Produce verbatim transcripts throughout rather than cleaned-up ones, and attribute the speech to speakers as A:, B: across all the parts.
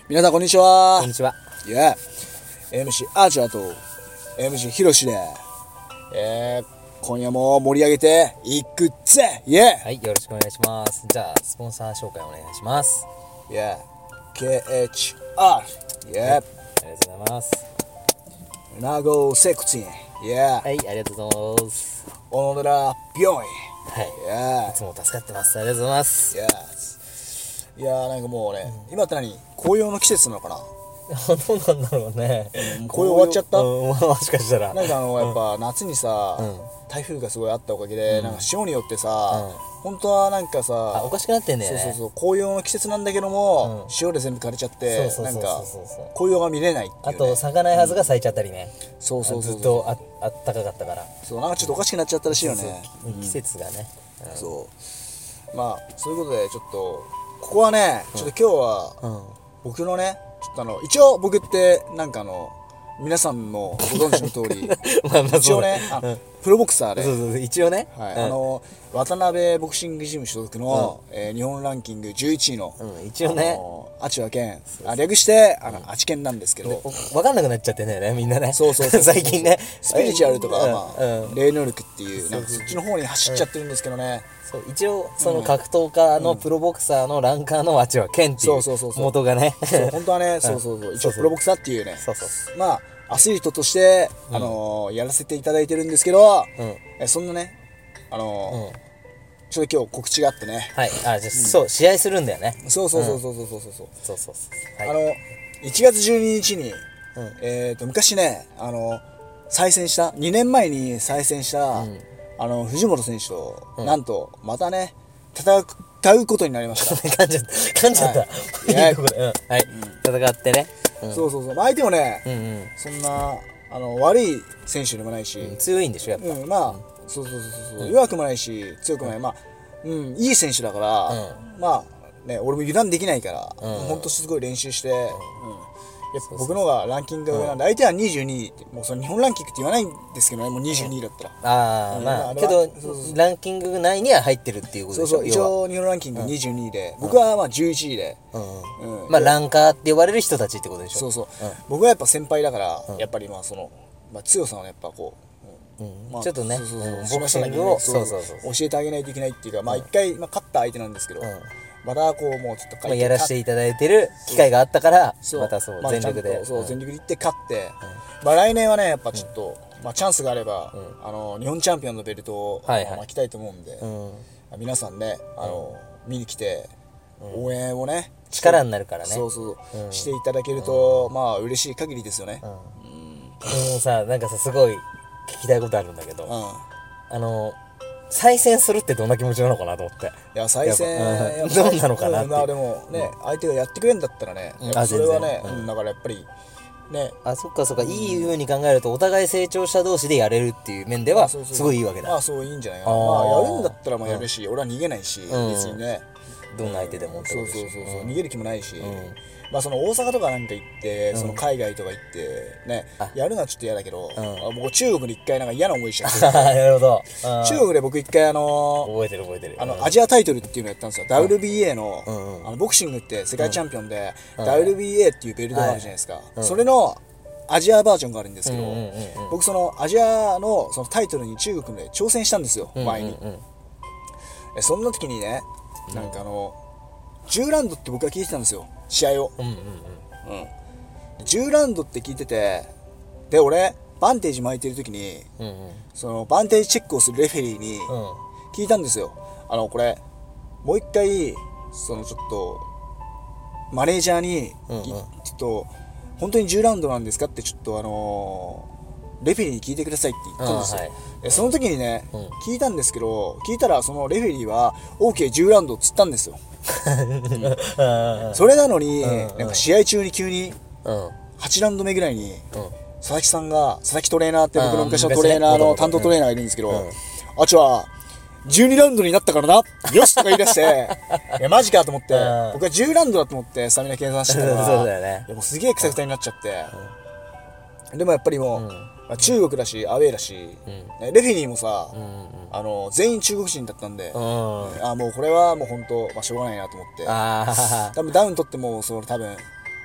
A: 皆さんこんにちは。
B: こんにちは。
A: いや、エムシー アーチャーと エムシー ヒロシで、えー、今夜も盛り上げていくぜ。イエ
B: はい、よろしくお願いします。じゃあスポンサー紹介お願いします。
A: ー、イエー、ケーエイチアール、イエー、
B: ありがとうございます。
A: ナゴセクチン、イエー、
B: はい、ありがとうございます。
A: 小野寺病院、
B: はい、
A: イエ
B: いつも助かってます。ありがとうございます。
A: ー、イエー。いやーなんかもうね、うん、今って何紅葉の季節なのかな。
B: どうなんだろうね。
A: 紅葉終わっちゃった、
B: うん、もしかしたら
A: なんかあのやっぱ夏にさ、
B: うん、
A: 台風がすごいあったおかげで、うん、なんか潮によってさ、うん、本当はなんかさ
B: あおかしくなってんだよね。
A: そうそうそう、紅葉の季節なんだけども、うん、潮で全部枯れちゃってなんか紅葉が見れないっていう、ね、
B: あと咲かないはずが咲いちゃったりね、
A: うん、そうそうそうそう、
B: ずっと あ, あったかかったから、
A: そうなんかちょっとおかしくなっちゃったらしいよね。
B: そうそう、うん、季節がね、
A: うん、そうまあそういうことでちょっとここはねちょっと今日は、うん、僕のねちょっとあの一応僕ってなんかあの皆さんもご存知の通りまあまあ一応ねあ、うん、プロボクサーで、
B: そうそうそう一応ね、
A: はい、うん、あの渡辺ボクシングジム所属の、うん、えー、日本ランキングじゅういちいの、
B: うん、一応ね
A: アチワケン、あ略してあの、うん、アチケンなんですけど、
B: 分かんなくなっちゃってねみんなね。
A: そうそうそう
B: 最近ね
A: スピリチュアルとか、まあうん、霊能力っていうなんかそっちの方に走っちゃってるんですけどね、
B: そう一応その格闘家のプロボクサーのランカーのアチワケンっていう元がね、
A: そう本当はねそうそうそう一応プロボクサーっていうね、そうそうそうまあアスリートとして、あのーうん、やらせていただいてるんですけど、うん、えそんなね、あのーうん、ちょっと今日告知があってね。
B: はい、あ、じゃあ、うん、そう、試合するんだよね。
A: そうそうそうそうそうそうそう。そう
B: そうそう。
A: はい、あの、いちがつじゅうににちに、うん、えっと、昔ね、あの、再戦した、にねんまえに再戦した、うん、あの、藤本選手と、うん、なんと、またね、戦うことになりました。
B: 噛んじゃった。噛んじゃった。はい、いいとこで、うん、はい、うん、戦ってね。
A: うん、そうそうそう。相手もね、うんうん、そんなあの悪い選手でもないし、うん、
B: 強いんでしょやっぱ。
A: うん、まあ、うん、そうそうそうそう、うん、弱くもないし強くもない、うん、まあ、うん、いい選手だから、うん、まあね、俺も油断できないから、うん、ほんとすごい練習して、うん、やっぱ僕の方がランキングが上なんで、相手はにじゅうにいって、もうその日本ランキングって言わないんですけどね、もうにじゅうにいだったら。
B: うん、ああ、うん、まあ、けどそうそうそう、ランキング内には入ってるっていうことでしょ。
A: そうそう、一応日本ランキングにじゅうにいで、うん、僕はまあじゅういちいで、
B: うんうん、まあランカーって呼ばれる人たちってことでしょ。
A: そうそう、うん、僕はやっぱ先輩だから、うん、やっぱりまあその、まあ、強さをやっぱこう、
B: うんまあ、ちょっとね、そうそうそう、
A: ボクシングをそうそうそう教えてあげないといけないっていうか、まあ一回、まあ、勝った相手なんですけど、うん、またこうもうちょっと、
B: まあ、やらせていただいてる機会があったからまたそう全力で、
A: そう全力でいって勝って、まあ来年はねやっぱちょっと、まあチャンスがあれば、あの日本チャンピオンのベルトを巻きたいと思うんで、皆さんねあの見に来て応援をね
B: 力になるからね、
A: そうそうしていただけるとまあ嬉しい限りですよね。
B: もうさなんかさすごい聞きたいことあるんだけど、あの再戦するってどんな気持ちなのかなと思って。
A: いや再戦、
B: うん、どうなのかなって、うん、
A: でもね、うん、相手がやってくれるんだったらね、やっぱそれはね、うん、だからやっぱりね、
B: あそっかそっか、いい風に考えるとお互い成長した同士でやれるっていう面ではすごいいいわけだ。
A: まあそういいんじゃないかな。まあやるんだったらまあやるし、俺は逃げないし、別にね、
B: どんな相手でもってことでしょ。
A: そうそうそうそう、逃げる気もないし、まあその大阪とかなんか行って、その海外とか行ってね、やるのはちょっと嫌だけど、僕中国で一回なんか嫌な思いしちゃって。
B: なるほど。
A: 中国で僕一回あの
B: 覚えてる覚えてる。
A: あのアジアタイトルっていうのやったんですよ。ダブリュービーエー のあのボクシングって世界チャンピオンで ダブリュービーエー っていうベルトがあるじゃないですか。それのアジアバージョンがあるんですけど、僕そのアジアのそのタイトルに中国で挑戦したんですよ前に。そんな時にね、なんかあのじゅうラウンドって僕は聞いてたんですよ試合を。じゅうラウンドって聞いてて、で俺バンテージ巻いてる時に、うんうん、そのバンテージチェックをするレフェリーに聞いたんですよ。あのこれもう一回そのちょっとマネージャーに、うんうん、ちょっと本当にじゅうラウンドなんですかってちょっとあのー、レフェリーに聞いてくださいって言ったんですよ。はい、その時にね、うん、聞いたんですけど、聞いたらそのレフェリーは オーケーじゅう ラウンドっつったんですよ。うん、それなのに、うんうん、なんか試合中に急にはちラウンド目ぐらいに、うん、佐々木さんが佐々木トレーナーって僕の昔のトレーナーの担当トレーナーがいるんですけど、うん、あちはじゅうにラウンドになったからなよしとか言い出していやマジかと思って、僕はじゅうラウンドだと思ってスタミナ計算してたからそうだよね、いやもうすげえくさくさになっちゃって、うん、でもやっぱりもう、うんまあ、中国だしアウェーだし、うん、レフェリーもさ、うんうん、あの全員中国人だったんで、うん、あもうこれはもう本当、まあ、しょうがないなと思って、あ多分ダウン取ってもその多分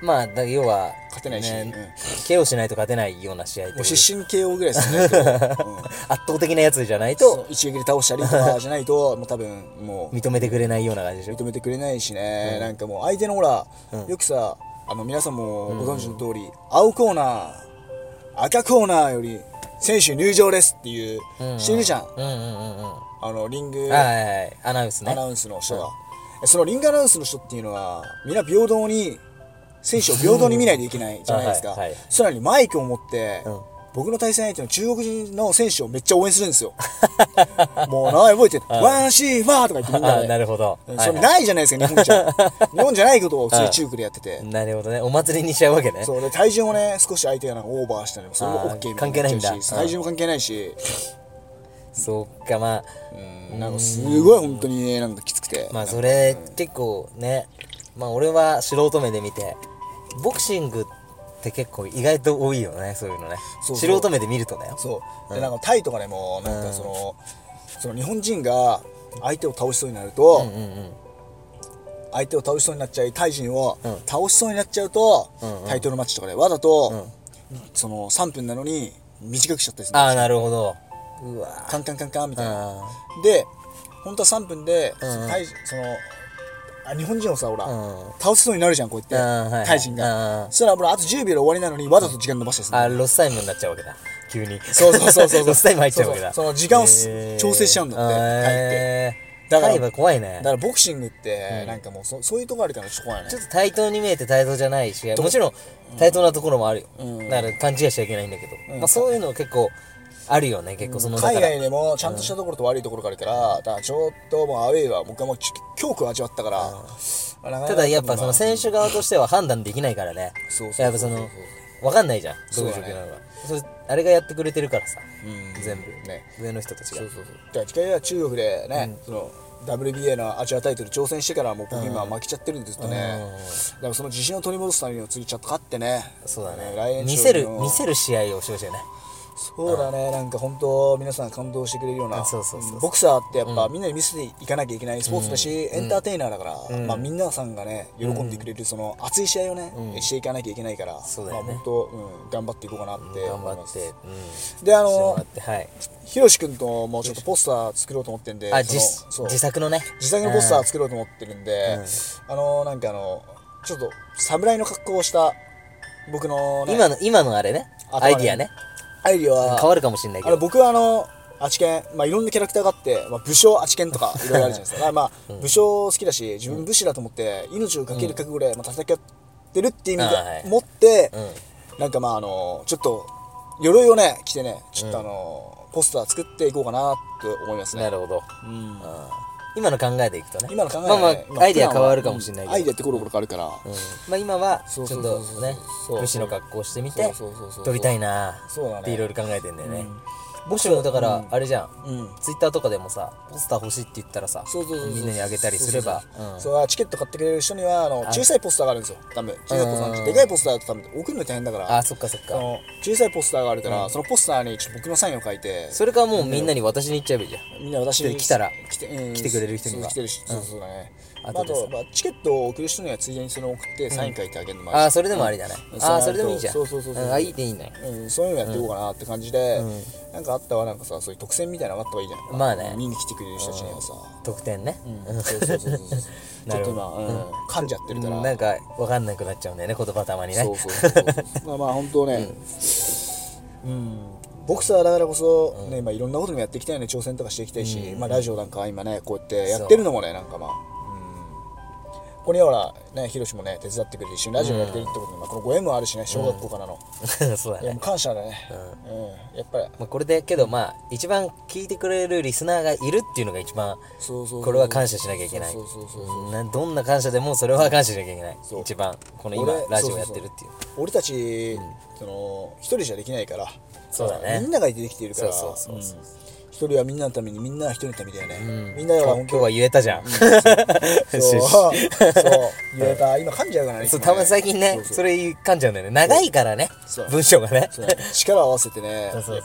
B: まあだ要は
A: 勝てないし、
B: ね、ケーオー しないと勝てないような試合って
A: もう失神 ケーオー ぐらいですね、うん、
B: 圧倒的なやつじゃないと
A: 一撃で倒したりとかじゃないともう多分もう
B: 認めてくれないような感じでしょ。
A: 認めてくれないしね、うん、なんかもう相手のほら、うん、よくさあの皆さんもご存知の通り、うん、青コーナー赤コーナーより選手入場ですっていう、うんうん、してるじゃん、うんうんうんうん、あのリング、
B: はいはいはい、アナウンスね、
A: アナウンスの人が、うん、そのリングアナウンスの人っていうのはみんな平等に選手を平等に見ないといけないじゃないですか、はいはい、さらにマイクを持って、うん、僕の対戦相手の中国人の選手をめっちゃ応援するんですよもう名前覚えてるワンシーファーとか言ってみんなで
B: なるほど、
A: それないじゃないですか日本じゃ日本じゃないことを普通に中国でやってて
B: なるほどね、お祭りにしちゃうわけね。
A: そうで体重もね少し相手がなんかオーバーしたのもそれも OK みたいな
B: 関係ないんだ、
A: 体重も関係ないし
B: そうか、まあ
A: うんなんかすごい本当にねなんかきつくて、
B: まあそれ結構ね、まあ俺は素人目で見てボクシングって結構意外と多いよね、そういうのね。そうそう素人目で見るとね。
A: そう、うん、でなんかタイとかでもなんかその、うん、その日本人が相手を倒しそうになると、うんうんうん、相手を倒しそうになっちゃいタイ人を倒しそうになっちゃうと、うんうん、タイトルマッチとかでわざと、うん、そのさんぷんなのに短くしちゃったりするんですよ。
B: ああなるほど。
A: うわカンカンカンカンみたいなで本当はさんぷんで、うんうん、タイそのあ日本人をさほら、うん、倒せそうになるじゃんこうやって、はいはい、タイ人が、うん、そしたらほらあとじゅうびょうで終わりなのにわざと時間伸ばしてする、
B: あロスタイムになっちゃうわけだ急に。
A: そうそうそうそう
B: ロスタイム入っちゃうわけだ。
A: そうそうその時間を調整しちゃうんだって、タイって
B: だからタイは怖いね。
A: だからボクシングって、うん、なんかもう そ, そういうとこあるからちょっと怖いね。
B: ちょっと対等に見えて対等じゃないしもちろん対等なところもあるよ、うん、だから勘違いしちゃいけないんだけど、うんまあ、そういうの結構あるよね結構その
A: 海外でもちゃんとしたところと悪いところがあるから、うん、だからちょっともうアウェイは僕はもう恐怖を味わったから、
B: うん、ただやっぱその選手側としては判断できないからね。そうそうそうそうやっぱその分かんないじゃんどういう状況なのか そ,、ね、それあれがやってくれてるからさ、うん、全部、ね、上の人たちがそうそうそう
A: じゃあ近いは中国でね、うん、その ダブリュービーエー のアジアタイトル挑戦してからもう僕今負けちゃってるんですとね、うん、だからその自信を取り戻すためには次ちゃんと勝ってね。
B: そうだね、来年見せる見せる試合をしてほしいよね。
A: そうだね、なんか本当皆さん感動してくれるようなボクサーってやっぱ、うん、みんなに見せていかなきゃいけないスポーツだし、うん、エンターテイナーだから、うんまあ、皆さんがね喜んでくれるその熱い試合をね、うん、していかなきゃいけないから、そうだよね、まあ、本当、うん、頑張っていこうかなって思います、うん、頑張って、うん、であのひろし君ともうちょっとポスター作ろうと思ってるんで、
B: あ自自作のね
A: 自作のポスター作ろうと思ってるんで、うん、あのなんかあのちょっと侍の格好をした僕の、
B: ね、今の今のあれねアイディアね
A: アイディアは
B: 変わるかもしれないけど、
A: あの僕はあのアチケン、まあ、いろんなキャラクターがあって、まあ、武将アチケンとかいろいろあるじゃないですかまあ、うん、武将好きだし自分武士だと思って命をかける覚悟で、まあ、戦ってるっていう意味で持って、はいうん、なんかまああのちょっと鎧をね着てねちょっとあの、うん、ポスター作っていこうかなと思いますね。
B: なるほど、うん、今の考えでいくとね
A: 今の考えで、
B: ね、まあまあアイディア変わるかもしれないけど、
A: アイディアってコロコロ変わるから、うん、
B: まあ今はちょっとね武士の格好してみて撮りたいなっていろいろ考えてんだよね。ボシもだからあれじゃん、ツイッターとかでもさポスター欲しいって言ったらさみんなにあげたりすれば、
A: そうチケット買ってくれる人にはあの小さいポスターがあるんですよ多分。小さいポスターでかいポスターだと多分送るの大変だから、
B: あそっかそっか
A: 小さいポスターがあるからそのポスターにちょっと僕のサインを書いて、
B: それからもうみんなに渡しに行っちゃえばいいじゃん。
A: みんな渡しに
B: 来たら来てくれる人には
A: 来てるし、そうそうだね。あとチケットを送る人にはついでにそれを送ってサイン書いてあげるのもあるし、
B: あそれでもありだね。あそれでもいいじゃん。
A: そうそうそうそう、
B: あいいでいいね。
A: そういうのやっていこうかなって感じで、なんかあったわ、なんかさそういう特選みたいなのがあった方がいいじゃん。
B: まあね、
A: 見に来てくれる人たちにはさ
B: 特典ね。
A: そうそうそうそうちょっと今噛んじゃってるから
B: なんか分かんなくなっちゃうんだよね言葉たまにね。
A: そうそうそうまあまあ本当ね、うんボクサーだからこそね、まあいろんなこともやっていきたいよね、挑戦とかしていきたいし、まあラジオなんか今ねこうやってやってるのもねなんかまあここにほらね、ヒロシもね手伝ってくれて一緒にラジオやってるってことで、まあこのご縁もあるしね、小学校からの、
B: そうだね、
A: いやもう感謝だね、うんやっぱり
B: まあこれでけどまあ一番聞いてくれるリスナーがいるっていうのが一番これは感謝しなきゃいけない。どんな感謝でもそれは感謝しなきゃいけない。一番この今ラジオやってるっていう、
A: 俺たちその一人じゃできないから、
B: そうだね、
A: みんながいてできているから、そうそうそう、一人はみんなのためにみんなは一人のためだよね、うん、みんなは
B: 今日は言えたじゃん、うん、そう
A: そう言えた、今噛んじゃうからね、
B: そうたまに最近ね、そうそうそれ噛んじゃうんだよね、長いからね文章がね、
A: 力を合わせてねやっぱ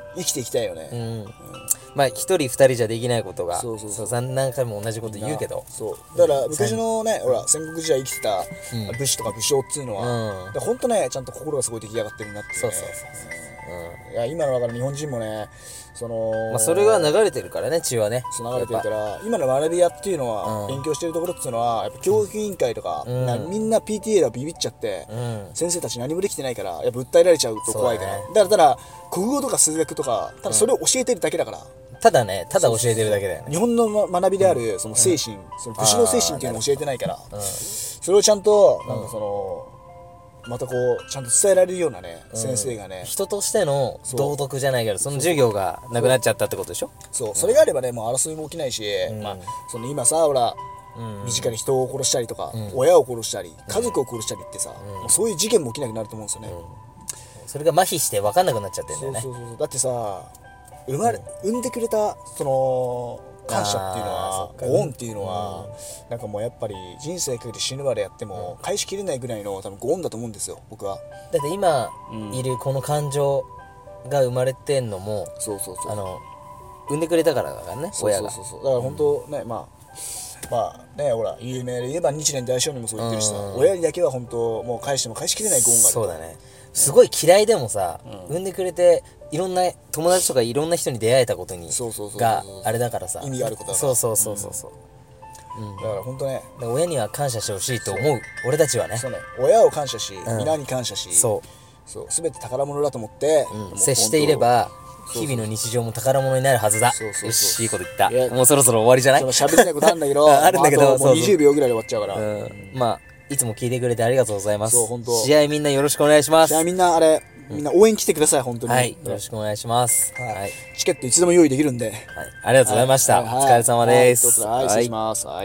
A: 生きていきたいよね。
B: うん、うん、まあ一人二人じゃできないことが、そうそうそう、そう何回も同じこと言うけど、
A: そうだから昔のね、ほら戦国時代生きてた武士とか武将っていうのは、うん、ほんとねちゃんと心がすごい出来上がってるなっていうね。そうそうそうそう、うん、いや今のだから日本人もね、その
B: まあそれが流れてるからね、血はね。
A: そう流れてるから、今の学び屋っていうのは、うん、勉強してるところっていうのはやっぱ教育委員会とか、うん、みんな ピーティーエー がビビっちゃって、うん、先生たち何もできてないからやっぱ訴えられちゃうと怖いから、ね、だからただ国語とか数学とかただそれを教えてるだけだから、
B: うん、ただね、ただ教えてるだけだよね。
A: 日本の学びであるその精神、うん、その武士の精神っていうのを教えてないから、うん、それをちゃんとなんかその、またこうちゃんと伝えられるようなね、うん、先生がね、
B: 人としての道徳じゃないけど、その授業がなくなっちゃったってことでしょ。
A: そう、そう、それがあればね、もう争いも起きないし、うん、まあその今さ、ほら、うん、身近に人を殺したりとか、うん、親を殺したり家族を殺したりってさ、うん、もうそういう事件も起きなくなると思うんですよね、
B: うん、それが麻痺して分かんなくなっちゃってるんだよね。
A: そうそうそう、だってさ、生まれ、うん、産んでくれたその感謝っていうのは、ご恩っていうのは、うん、なんかもうやっぱり人生かけて死ぬまでやっても返しきれないぐらいの多分ご恩だと思うんですよ、僕は。
B: だって今いるこの感情が生まれてんのも、
A: そうそうそう、
B: あの産んでくれたからだからね、親が。
A: そうそうそう、だから本当ね、うん、まあまあね、ほら有名で言えば日蓮大聖人もそう言ってるしさ、うん、親にだけは本当もう返しても返しきれないご恩がある。
B: そうだね。すごい嫌いでもさ、うん、産んでくれていろんな友達とかいろんな人に出会えたことにがあれだからさ、
A: 意味があることだ
B: から。そうそうそうそう、
A: うん、だから本当ね、
B: 親には感謝してほしいと思う、俺たちはね。
A: そうね、親を感謝し、うん、皆に感謝し、そうそう、全て宝物だと思って、
B: うん、接していれば日々の日常も宝物になるはずだ。そうそうそう、よし、いいこと言った。もうそろそろ終わりじゃない？
A: 喋りたいことあるんだけど
B: あるんだけど、
A: もうにじゅうびょうぐらいで終わっちゃうから、
B: うん、まあいつも聞いてくれてありがとうございます。そう、本当。試合みんなよろしくお願いします。
A: 試合みんなあれ、みんな応援来てください、本当に。
B: はい、よろしくお願いします。
A: はい、チケットいつでも用意できるんで。はい、
B: ありがとうございました。お疲れ様です。
A: はい、失礼します。